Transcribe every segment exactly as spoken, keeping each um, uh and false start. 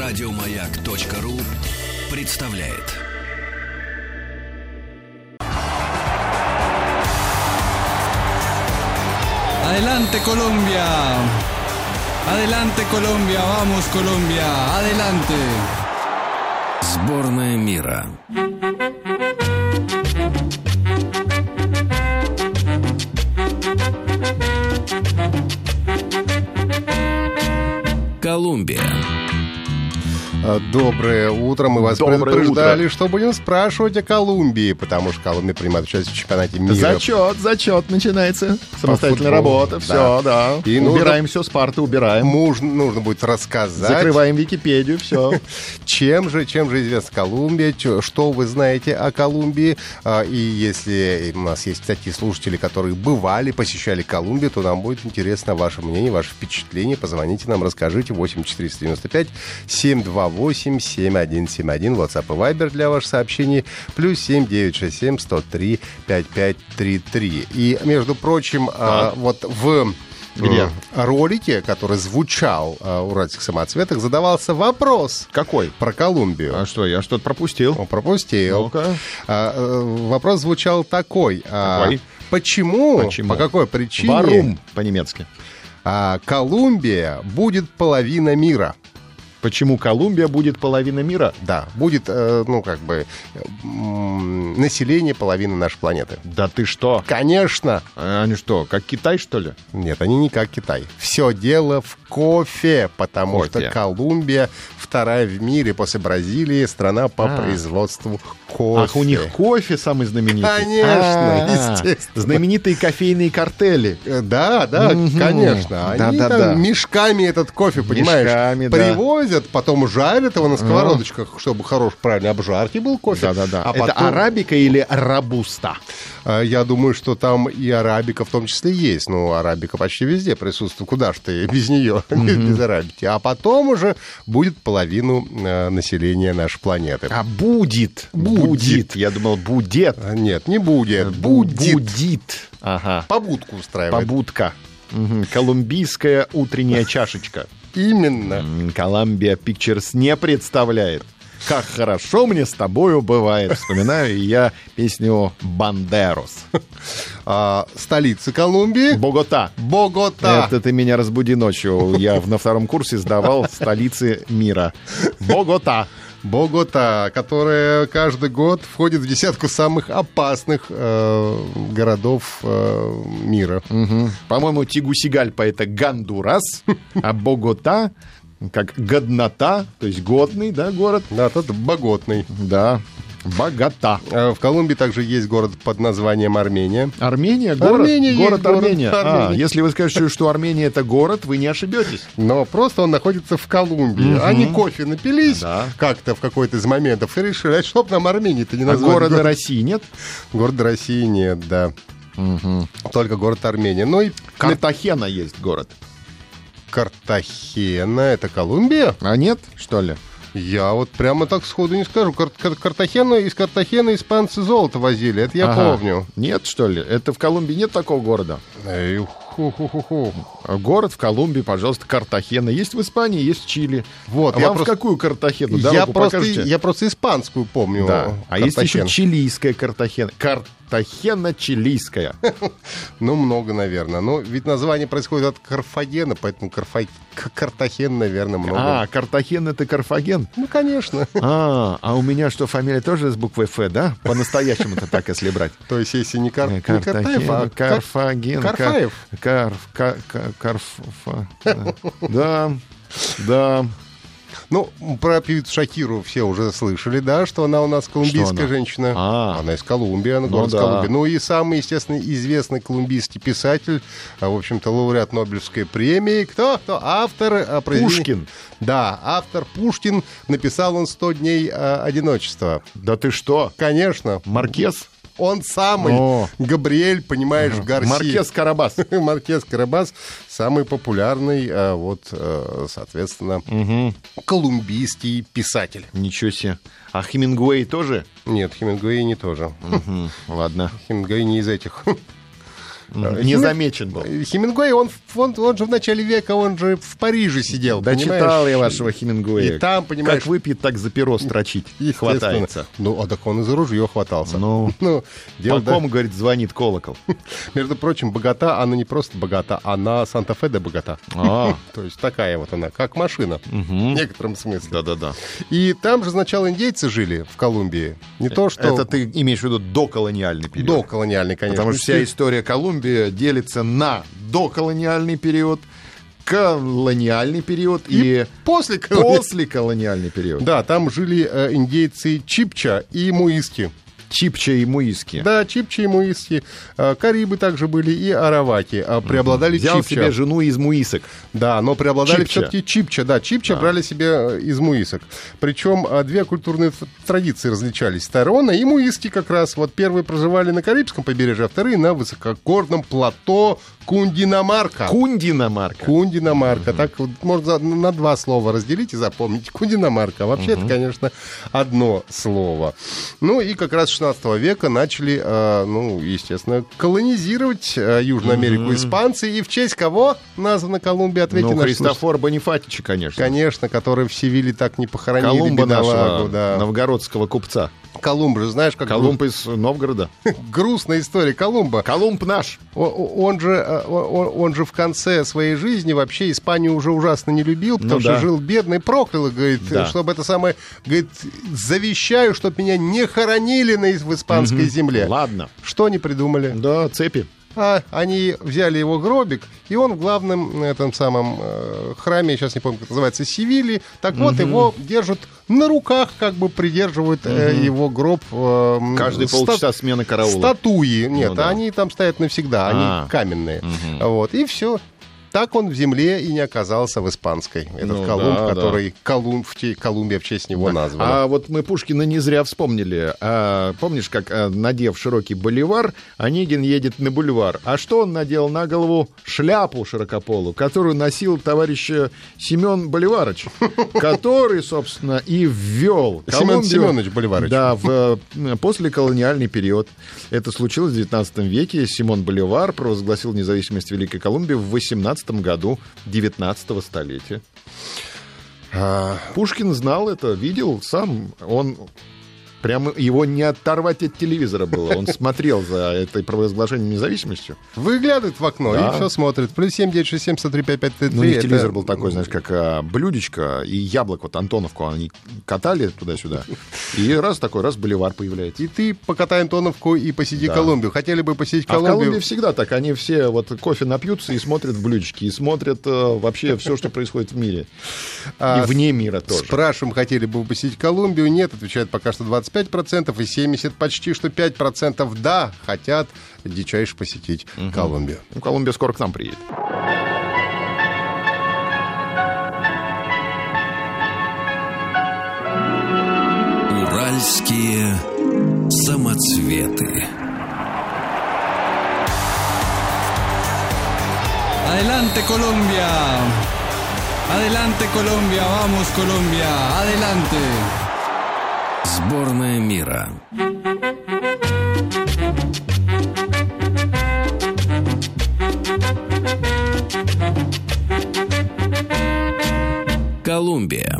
Радиомаяк.ру представляет. Adelante Colombia, adelante Colombia, vamos Colombia, adelante. Сборная мира. Колумбия. Доброе утро. Мы вас Доброе предупреждали, утро. что будем спрашивать о Колумбии, потому что Колумбия принимает участие в чемпионате мира. Зачет, зачет начинается. Самостоятельная футболу, работа. да. Все, да. И убираем нужно- все с парты, убираем. Муж- нужно будет рассказать, Закрываем Википедию, все. чем же, чем же известна Колумбия, чё- что вы знаете о Колумбии. А, И если у нас есть такие слушатели, которые бывали, посещали Колумбию, то нам будет интересно ваше мнение, ваше впечатление. Позвоните нам, расскажите. восемь четыреста девяносто пять семь два восемь семь один семь один. WhatsApp и Viber для ваших сообщений. Плюс семь девятьсот шестьдесят семь сто три пятьдесят пять тридцать три. И, между прочим, а, вот в... Где? м, ролике, который звучал а, у «Уральских самоцветах», задавался вопрос Какой? про Колумбию. А что, я что-то пропустил? Он пропустил. Ну-ка. А, э, вопрос звучал такой. а, Какой? Почему, Почему? по какой причине Варум по-немецки. а, Колумбия будет половина мира? Почему Колумбия будет половина мира? Да, будет, э, ну, как бы, м, население половины нашей планеты. Да ты что? Конечно. А Они что, как Китай, что ли? Нет, они не как Китай. Все дело в кофе, потому Кофе. что Колумбия вторая в мире после Бразилии страна по А. производству кофе. Ах, у них кофе самый знаменитый. Конечно, А-а-а. естественно. Знаменитые кофейные картели. Э, Да, да, Мгм. конечно. Они Да-да-да. там мешками этот кофе, понимаешь, Мешками, да. привозят, потом жарят его на сковородочках, чтобы хорош, правильно, обжарки был кофе. Да-да-да. А Это потом, арабика или робуста? э, я думаю, что там и арабика в том числе есть. Ну, арабика почти везде присутствует. Куда ж ты без нее, без, без арабики? А потом уже будет половину э, населения нашей планеты. А будет. Будет. Я думал, будет. А, Нет, не будет. Бу- Будет. Будет. Ага. Побудку устраивает. Побудка. Мгм. Колумбийская утренняя чашечка. Именно. М, Columbia Pictures не представляет. Как хорошо мне с тобою бывает. Вспоминаю я песню «Бандерос». А, столица Колумбии. Богота. Богота. Это ты меня разбуди ночью. Я на втором курсе сдавал столицы мира. Богота. Богота, которая каждый год входит в десятку самых опасных э, городов э, мира. Мгм. По-моему, Тигусигальпа — это Гондурас, а Богота как годнота, то есть годный, да, город. Да, тот боготный. Да, богата. Э, В Колумбии также есть город под названием Армения. Армения, город, Армения есть город город Армения. А, Армения. если вы скажете, что Армения — это город, вы не ошибетесь. Но просто он находится в Колумбии. Мгм. Они кофе напились Да. как-то в какой-то из моментов и решили, а чтоб нам Армении-то не А назвать. города город- России нет? Города России нет, да. Только город Армения. Ну и Картахена есть город. Картахена, это Колумбия? А нет, что ли? Я вот прямо так сходу не скажу. Кар- Кар- Картахена, из Картахены испанцы золото возили, это я Ага. помню. Нет, что ли? Это в Колумбии нет такого города? Эй, ху-ху-ху-ху. Город в Колумбии, пожалуйста, Картахена. Есть в Испании, есть в Чили. Вот, а я вам просто- в какую Картахену? Я Дорогу просто, покажете? я просто испанскую помню. Да. А есть еще Картахен. чилийская Картахена. Картахена чилийская. Ну, много, наверное. Но ведь название происходит от Карфагена, поэтому Карфа... К- Картахен, наверное, много. А, Картахен — это Карфаген. Ну, конечно. А, а у меня что, фамилия тоже с буквой «Ф», да? По-настоящему-то так, если брать. То есть, если не, Кар... Э, не Картаев, а Картахен, Карфаген. Кар- Карфаев. Карф, ка- ка- Карфа. Да, да. Ну, про певицу Шакиру все уже слышали, да, что она у нас колумбийская Что она? женщина. А. Она из Колумбии, она Ну город из да. Колумбии. Ну и самый, естественно, известный колумбийский писатель, а, в общем-то, лауреат Нобелевской премии. Кто? Кто? Автор а, произведения- Пушкин. Да, автор Пушкин. Написал он «сто дней а, одиночества». Да ты что? Конечно. Маркез? Он самый. О. Габриэль, понимаешь, Гарсия. Маркез Карабас. Маркез Карабас. Самый популярный, а, вот, а, соответственно, колумбийский писатель. Ничего себе. А Хемингуэй тоже? Нет, Хемингуэй не тоже. Мгм, ладно. Хемингуэй не из этих. Не замечен был. Хемингуэй, он, он, он же в начале века, он же в Париже сидел, Да, понимаешь? читал я вашего Хемингуэя. И там, понимаешь... Как выпьет, так за перо строчить хватается. Ну, а так он и за ружье хватался. Ну, ну дело, по кому, да... говорит, звонит колокол. Между прочим, Богота, она не просто Богота, она Санта-Фе де Богота. А. То есть такая вот она, как машина, в некотором смысле. Да-да-да. И там же сначала индейцы жили, в Колумбии. Не то, что... Это ты имеешь в виду доколониальный период? Доколониальный, конечно. Потому что вся история Колумбии делится на доколониальный период, колониальный период и, и после, колони... после колониальный период. Да, там жили э, индейцы Чипча и Муиски. Чипча и Муиски. Да, Чипча и Муиски. Карибы также были и араваки. Преобладали Взял Чипча. себе жену из Муисок. Да, но преобладали Чипча. все-таки Чипча. Да, Чипча да. брали себе из Муисок. Причем две культурные традиции различались. Тарона и Муиски как раз. Вот первые проживали на Карибском побережье, а вторые на высокогорном плато Кундинамарка. Кундинамарка. Кундинамарка. Uh-huh. Так вот, можно на два слова разделить и запомнить. Кундинамарка. А вообще uh-huh. это, конечно, одно слово. Ну и как раз с шестнадцатого века начали, э, ну, естественно, колонизировать э, Южную Америку uh-huh. испанцы. И в честь кого названа Колумбия? Ответьте, ну, наш Христофор Бонифатичи, конечно. Конечно, который в Севиле так не похоронили. Колумба бедолагу, нашего да. новгородского купца. Колумб же, знаешь, как... Колумб гру... из Новгорода. Грустная история Колумба. Колумб наш. Он, он, же, он, он же в конце своей жизни вообще Испанию уже ужасно не любил, потому ну, что да. жил бедный, проклял, говорит, да. чтобы это самое... Говорит, завещаю, чтобы меня не хоронили на, в испанской угу. земле. Ладно. Что они придумали? Да, цепи. А они взяли его гробик, и он в главном этом самом э, храме, я сейчас не помню, как называется, Севильи. Так вот, угу. его держат на руках, как бы придерживают угу. э, его гроб. Э, Каждые ста- полчаса смена караула. Статуи. Нет, ну, да. они там стоят навсегда, они А-а-а. каменные. Угу. Вот, и все. Так он в земле и не оказался в испанской. Этот ну, Колумб, да, который да. Колумб, в те, Колумбия в честь него да. названа. А вот мы Пушкина не зря вспомнили. А, помнишь, как, надев широкий боливар, Онегин едет на бульвар. А что он надел на голову? Шляпу широкополую, которую носил товарищ Семен Боливарович, который, собственно, и ввел Семен Семенович Боливарович. Да, в послеколониальный период. Это случилось в девятнадцатом веке. Симон Боливар провозгласил независимость Великой Колумбии в восемнадцатом году девятнадцатого столетия. А... Пушкин знал это, видел сам. Он прямо его не оторвать от телевизора было. Он смотрел за этой провозглашением независимости. Выглядывает в окно да. и все смотрит. Плюс семь девять шесть семь сто три пять пять три. Ну, у них это... телевизор был такой, знаешь, как а, блюдечко и яблоко. Вот Антоновку они катали туда-сюда. И раз такой, раз Боливар появляется. И ты покатай Антоновку и посиди да. Колумбию. Хотели бы посетить а Колумбию? А в Колумбии всегда так. Они все вот кофе напьются и смотрят в блюдечки. И смотрят а, вообще все, что происходит в мире. А, и вне мира тоже. Спрашиваем, хотели бы вы посетить Колумбию? Нет, отвечает пока что двадцать пять процентов и семьдесят процентов, почти что пять процентов да, хотят дичайше посетить угу. Колумбию. Ну, Колумбия скоро к нам приедет. Уральские самоцветы. Adelante Colombia. Adelante Colombia. Vamos Colombia. Adelante. Сборная мира. Колумбия.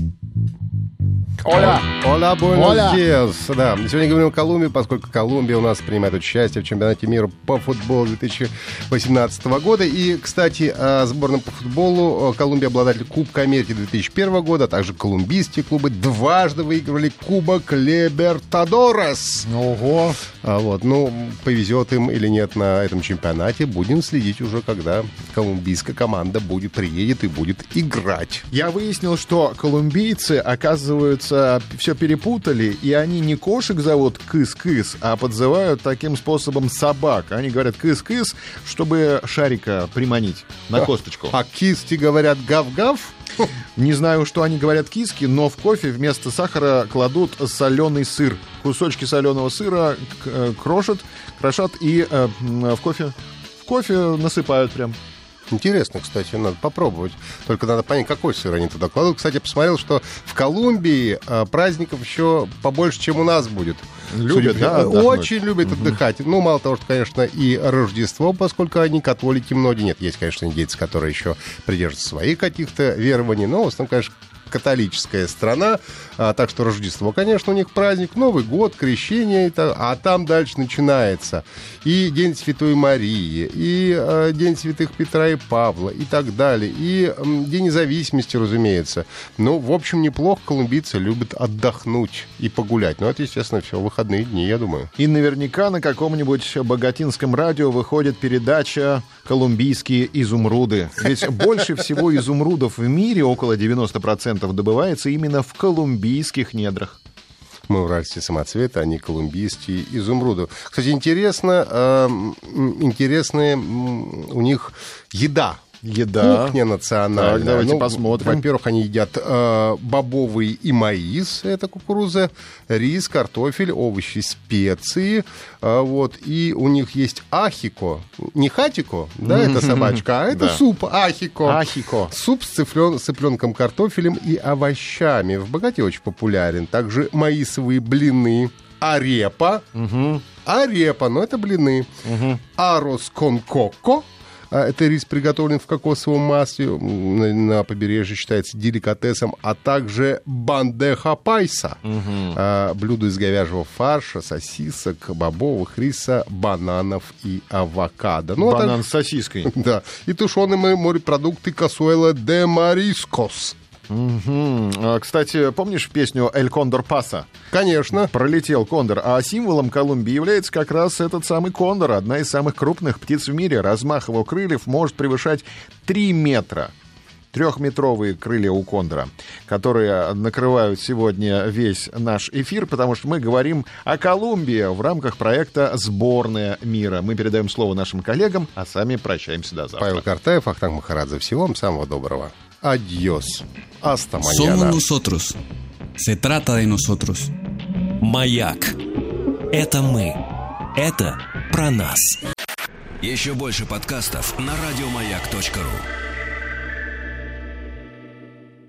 Оля! Оля, buenos días. Да, сегодня говорим о Колумбии, поскольку Колумбия у нас принимает участие в чемпионате мира по футболу две тысячи восемнадцатого года. И, кстати, о сборной по футболу. Колумбия обладатель Кубка Америки две тысячи первого года, а также колумбийские клубы дважды выигрывали Кубок Либертадорес. Ого! А вот, ну, повезет им или нет на этом чемпионате, будем следить уже, когда колумбийская команда будет, приедет и будет играть. Я выяснил, что колумбийцы, оказывается, все перепутали, и они не кошек зовут кыс-кыс, а подзывают таким способом собак. Они говорят кыс-кыс, чтобы шарика приманить на а, косточку. А кисти говорят гав-гав? Не знаю, что они говорят киски, но в кофе вместо сахара кладут соленый сыр. Кусочки соленого сыра крошат, крошат и э, в кофе, в кофе насыпают прям. Интересно, кстати, надо попробовать. Только надо понять, какой сыр они туда кладут. Кстати, я посмотрел, что в Колумбии э, праздников еще побольше, чем у нас будет. Любят, да, отдохнуть. Очень любят угу. отдыхать. Ну, мало того, что, конечно, и Рождество, поскольку они католики многие. Нет, есть, конечно, индейцы, которые еще придерживаются своих каких-то верований, но в основном, конечно, католическая страна, а, так что Рождество, конечно, у них праздник, Новый год, крещение, а там дальше начинается и День Святой Марии, и а, День Святых Петра и Павла, и так далее, и а, День Независимости, разумеется. Ну, в общем, неплохо колумбийцы любят отдохнуть и погулять. Но это, естественно, все выходные дни, я думаю. И наверняка на каком-нибудь богатинском радио выходит передача «Колумбийские изумруды». Ведь больше всего изумрудов в мире, около девяносто процентов, добывается именно в колумбийских недрах. Мы уральские самоцветы, они колумбийские изумруды. Кстати, интересно, э, интересная у них еда. Еда. Кухня национальная. Так, давайте ну, посмотрим. Во-первых, они едят э, бобовый и маис, это кукуруза, рис, картофель, овощи, специи. Э, вот. И у них есть ахико. Не хатико, да, это собачка, а это Да. суп ахико. Ахико. Суп с, цыплен, с цыпленком, картофелем и овощами. В богате очень популярен. Также маисовые блины. Арепа. Угу. Арепа, но это блины. Угу. Арос кон коко. Это рис, приготовлен в кокосовом масле, на, на побережье считается деликатесом, а также бандеха пайса, угу. блюдо из говяжьего фарша, сосисок, бобовых, риса, бананов и авокадо. Ну, Банан а так, с сосиской. Да, и тушеные морепродукты касуэла де марискос. Угу. Кстати, помнишь песню «Эль Кондор Паса»? Конечно. Пролетел кондор. А символом Колумбии является как раз этот самый кондор. Одна из самых крупных птиц в мире. Размах его крыльев может превышать три метра. Трехметровые крылья у кондора, которые накрывают сегодня весь наш эфир, потому что мы говорим о Колумбии в рамках проекта «Сборная мира». Мы передаем слово нашим коллегам, а сами прощаемся до завтра. Павел Картаев, Ахтанг Махарадзе. Всего вам самого доброго. Адьос. Hasta mañana. Somos nosotros. Se trata de nosotros. Маяк. Это мы. Это про нас. Еще больше подкастов на радиомаяк точка ру.